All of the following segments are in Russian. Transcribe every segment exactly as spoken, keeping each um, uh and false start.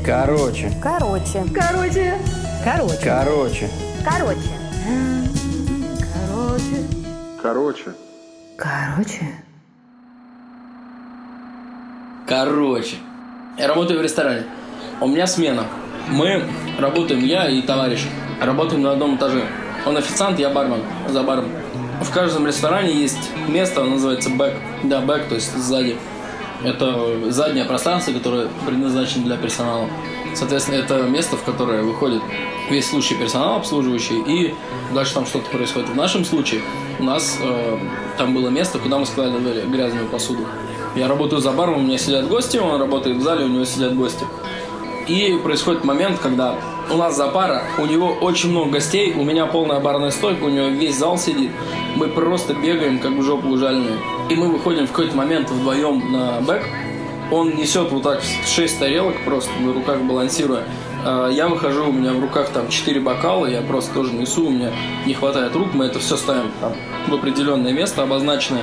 Короче. Короче. Короче. Короче. Короче. Короче. Короче. Короче. Короче. Короче. Я работаю в ресторане. У меня смена. Мы работаем, я и товарищ, работаем на одном этаже. Он официант, я бармен, за баром. В каждом ресторане есть место, оно называется бэк. Да, бэк, то есть сзади. Это заднее пространство, которое предназначено для персонала. Соответственно, это место, в которое выходит весь случай персонал обслуживающий, и дальше там что-то происходит. В нашем случае у нас э, там было место, куда мы складывали грязную посуду. Я работаю за баром, у меня сидят гости, он работает в зале, у него сидят гости. И происходит момент, когда у нас за пара, у него очень много гостей, у меня полная барная стойка, у него весь зал сидит. Мы просто бегаем, как в жопу ужаленные. И мы выходим в какой-то момент вдвоем на бэк. Он несет вот так шесть тарелок, просто на руках балансируя. Я выхожу, у меня в руках там четыре бокала, я просто тоже несу, у меня не хватает рук, мы это все ставим там в определенное место обозначенное.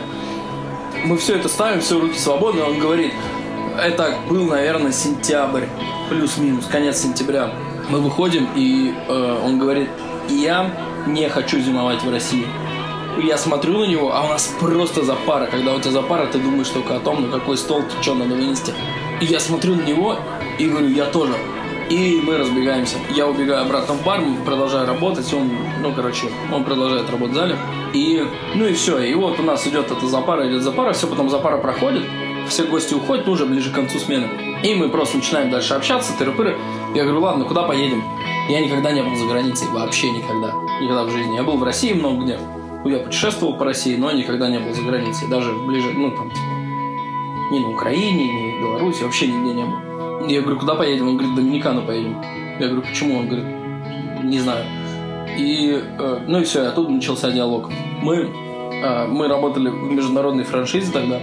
Мы все это ставим, все, руки свободны, он говорит, это был, наверное, сентябрь, плюс-минус, конец сентября. Мы выходим, и э, он говорит, я не хочу зимовать в России. Я смотрю на него, а у нас просто запара. Когда у тебя запара, ты думаешь только о том, на какой стол ты что надо вынести. И я смотрю на него и говорю, я тоже. И мы разбегаемся. Я убегаю обратно в бар, продолжаю работать. Он, ну, короче, он продолжает работать в зале. И, ну и все. И вот у нас идет эта запара, идет запара. Все, потом запара проходит. Все гости уходят, ну, уже ближе к концу смены. И мы просто начинаем дальше общаться, тыры-пыры. Я говорю, ладно, куда поедем? Я никогда не был за границей, вообще никогда. Никогда в жизни. Я был в России много где. Я путешествовал по России, но никогда не был за границей. Даже ближе, ну, там, типа, ни на Украине, ни в Беларуси, вообще нигде не был. Я говорю, куда поедем? Он говорит, в Доминикану поедем. Я говорю, почему? Он говорит, не знаю. И, э, ну и все, и оттуда начался диалог. Мы, э, мы работали в международной франшизе тогда,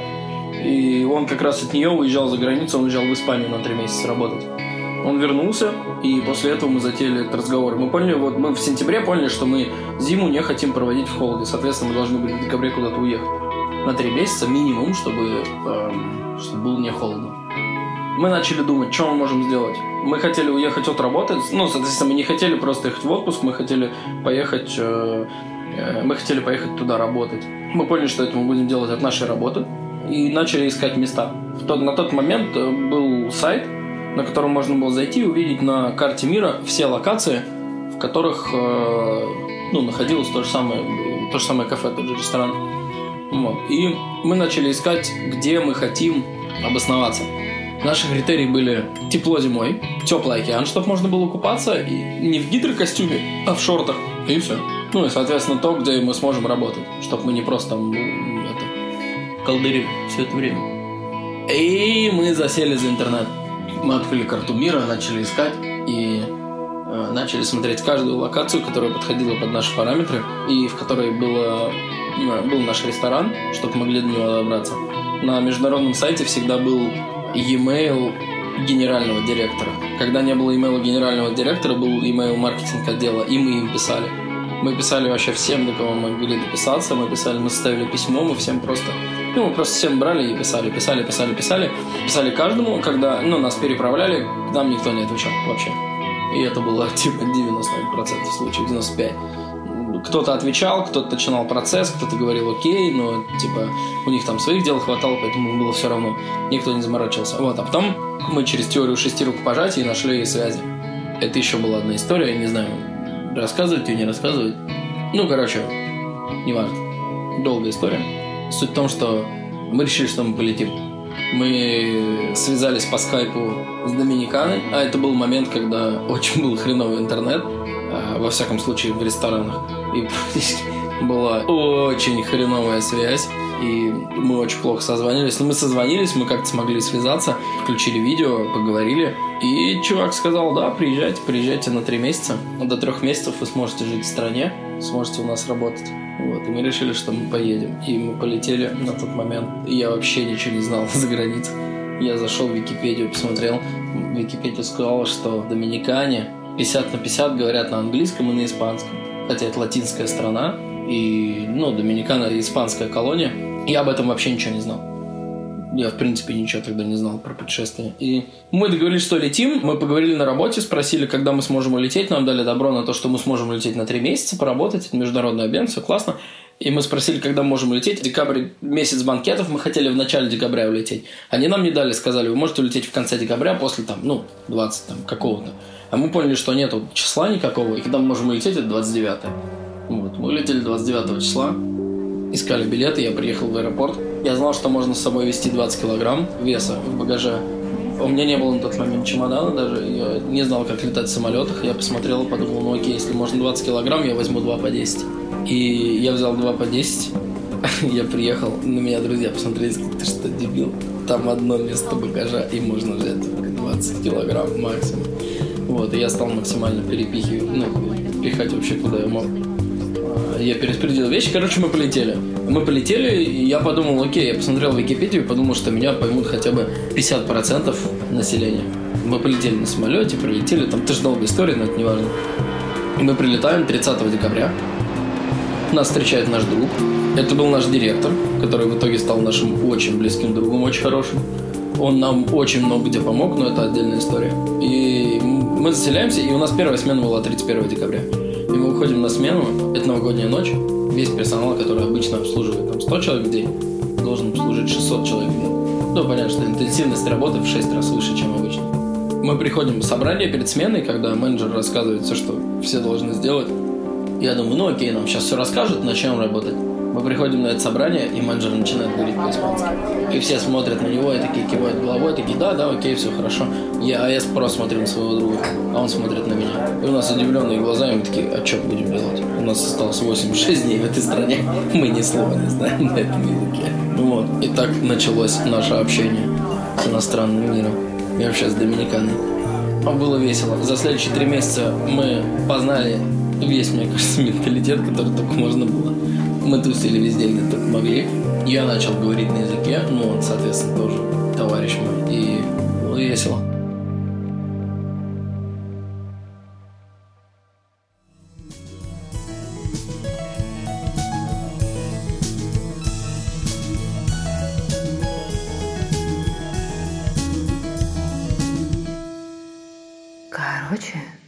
и он как раз от нее уезжал за границу, он уезжал в Испанию на три месяца работать. Он вернулся, и после этого мы затеяли этот разговор. Мы поняли, вот мы в сентябре поняли, что мы зиму не хотим проводить в холоде. Соответственно, мы должны были в декабре куда-то уехать. На три месяца минимум, чтобы, эм, чтобы было не холодно. Мы начали думать, что мы можем сделать. Мы хотели уехать от работы. Ну, соответственно, мы не хотели просто ехать в отпуск, мы хотели поехать, э, э, мы хотели поехать туда работать. Мы поняли, что это мы будем делать от нашей работы. И начали искать места. В тот, на тот момент был сайт, на котором можно было зайти и увидеть на карте мира все локации, в которых э, ну, находилось то же самое, то же самое кафе, тот же ресторан. Вот. И мы начали искать, где мы хотим обосноваться. Наши критерии были тепло зимой, теплый океан, чтобы можно было купаться, и не в гидрокостюме, а в шортах, и все. Ну и, соответственно, то, где мы сможем работать, чтобы мы не просто там, ну, это, колдырили все это время. И мы засели за интернет. Мы открыли карту мира, начали искать и э, начали смотреть каждую локацию, которая подходила под наши параметры и в которой было, э, был наш ресторан, чтобы могли до него добраться. На международном сайте всегда был e-mail генерального директора. Когда не было e-mail генерального директора, был e-mail маркетинг отдела, и мы им писали. Мы писали вообще всем, до кого мы могли дописаться. Мы писали, мы составили письмо, мы всем просто... Ну, мы просто всем брали и писали, писали, писали, писали. Писали каждому, когда, ну, нас переправляли, нам никто не отвечал вообще. И это было типа девяносто процентов случаев, девяносто пять процентов. Кто-то отвечал, кто-то начинал процесс, кто-то говорил окей, но типа у них там своих дел хватало, поэтому им было все равно. Никто не заморачивался. Вот, а потом мы через теорию шести рукопожатий нашли связи. Это еще была одна история, я не знаю, рассказывать ее, не рассказывать. Ну, короче, неважно. Долгая история. Суть в том, что мы решили, что мы полетим. Мы связались по скайпу с Доминиканой, а это был момент, когда очень был хреновый интернет, во всяком случае в ресторанах, и практически была очень хреновая связь, и мы очень плохо созванивались. Но мы созвонились, мы как-то смогли связаться, включили видео, поговорили, и чувак сказал, да, приезжайте, приезжайте на три месяца, до трех месяцев вы сможете жить в стране, сможете у нас работать. Вот, и мы решили, что мы поедем. И мы полетели на тот момент. И я вообще ничего не знал за границей. Я зашел в Википедию, посмотрел. Википедия сказала, что в Доминикане пятьдесят на пятьдесят говорят на английском и на испанском. Хотя это латинская страна. И, ну, Доминикана – испанская колония. Я об этом вообще ничего не знал. Я, в принципе, ничего тогда не знал про путешествия. И мы договорились, что летим. Мы поговорили на работе, спросили, когда мы сможем улететь. Нам дали добро на то, что мы сможем улететь на три месяца, поработать. Это международный обмен, все классно. И мы спросили, когда мы можем улететь. Декабрь, месяц банкетов, мы хотели в начале декабря улететь. Они нам не дали, сказали, вы можете улететь в конце декабря, после там, ну, двадцать там, какого-то. А мы поняли, что нету числа никакого, и когда мы можем улететь, это двадцать девятое. Вот. Мы улетели двадцать девятого числа, искали билеты, я приехал в аэропорт. Я знал, что можно с собой везти двадцать килограмм веса в багаже. У меня не было на тот момент чемодана даже, я не знал, как летать в самолетах. Я посмотрел и подумал, ну окей, если можно двадцать килограмм, я возьму два по десять. И я взял два по десять, я приехал, на меня друзья посмотрели, сказали, ты что, дебил? Там одно место багажа, и можно взять только двадцать килограмм максимум. Вот, и я стал максимально перепихивать, ну, пихать вообще куда я мог. Я перераспределил вещи, короче, мы полетели. Мы полетели, и я подумал, окей, я посмотрел Википедию и подумал, что меня поймут хотя бы пятьдесят процентов населения. Мы полетели на самолете, прилетели, там тоже долгая история, но это не важно. И мы прилетаем тридцатого декабря. Нас встречает наш друг. Это был наш директор, который в итоге стал нашим очень близким другом, очень хорошим. Он нам очень много где помог, но это отдельная история. И мы заселяемся, и у нас первая смена была тридцать первого декабря. И мы выходим на смену, это новогодняя ночь. Весь персонал, который обычно обслуживает там сто человек в день, должен обслужить шестьсот человек в день. Ну, понятно, что интенсивность работы в шесть раз выше, чем обычно. Мы приходим в собрание перед сменой, когда менеджер рассказывает все, что все должны сделать. Я думаю, ну окей, нам сейчас все расскажут, начнем работать. Мы приходим на это собрание, и менеджер начинает говорить по-испански. И все смотрят на него, и такие кивают головой, такие, да, да, окей, все хорошо. Я, а я просто смотрю на своего друга, а он смотрит на меня. И у нас удивленные глаза, и мы такие, а что будем делать? У нас осталось восемьдесят шесть дней в этой стране, мы ни слова не знаем на этом языке. Вот. И так началось наше общение с иностранным миром. И вообще с Доминиканой. Было весело. За следующие три месяца мы познали весь, мне кажется, менталитет, который только можно было. Мы тусили везде, где только могли. Я начал говорить на языке, ну, он, соответственно, тоже товарищ мой. И было весело. Короче...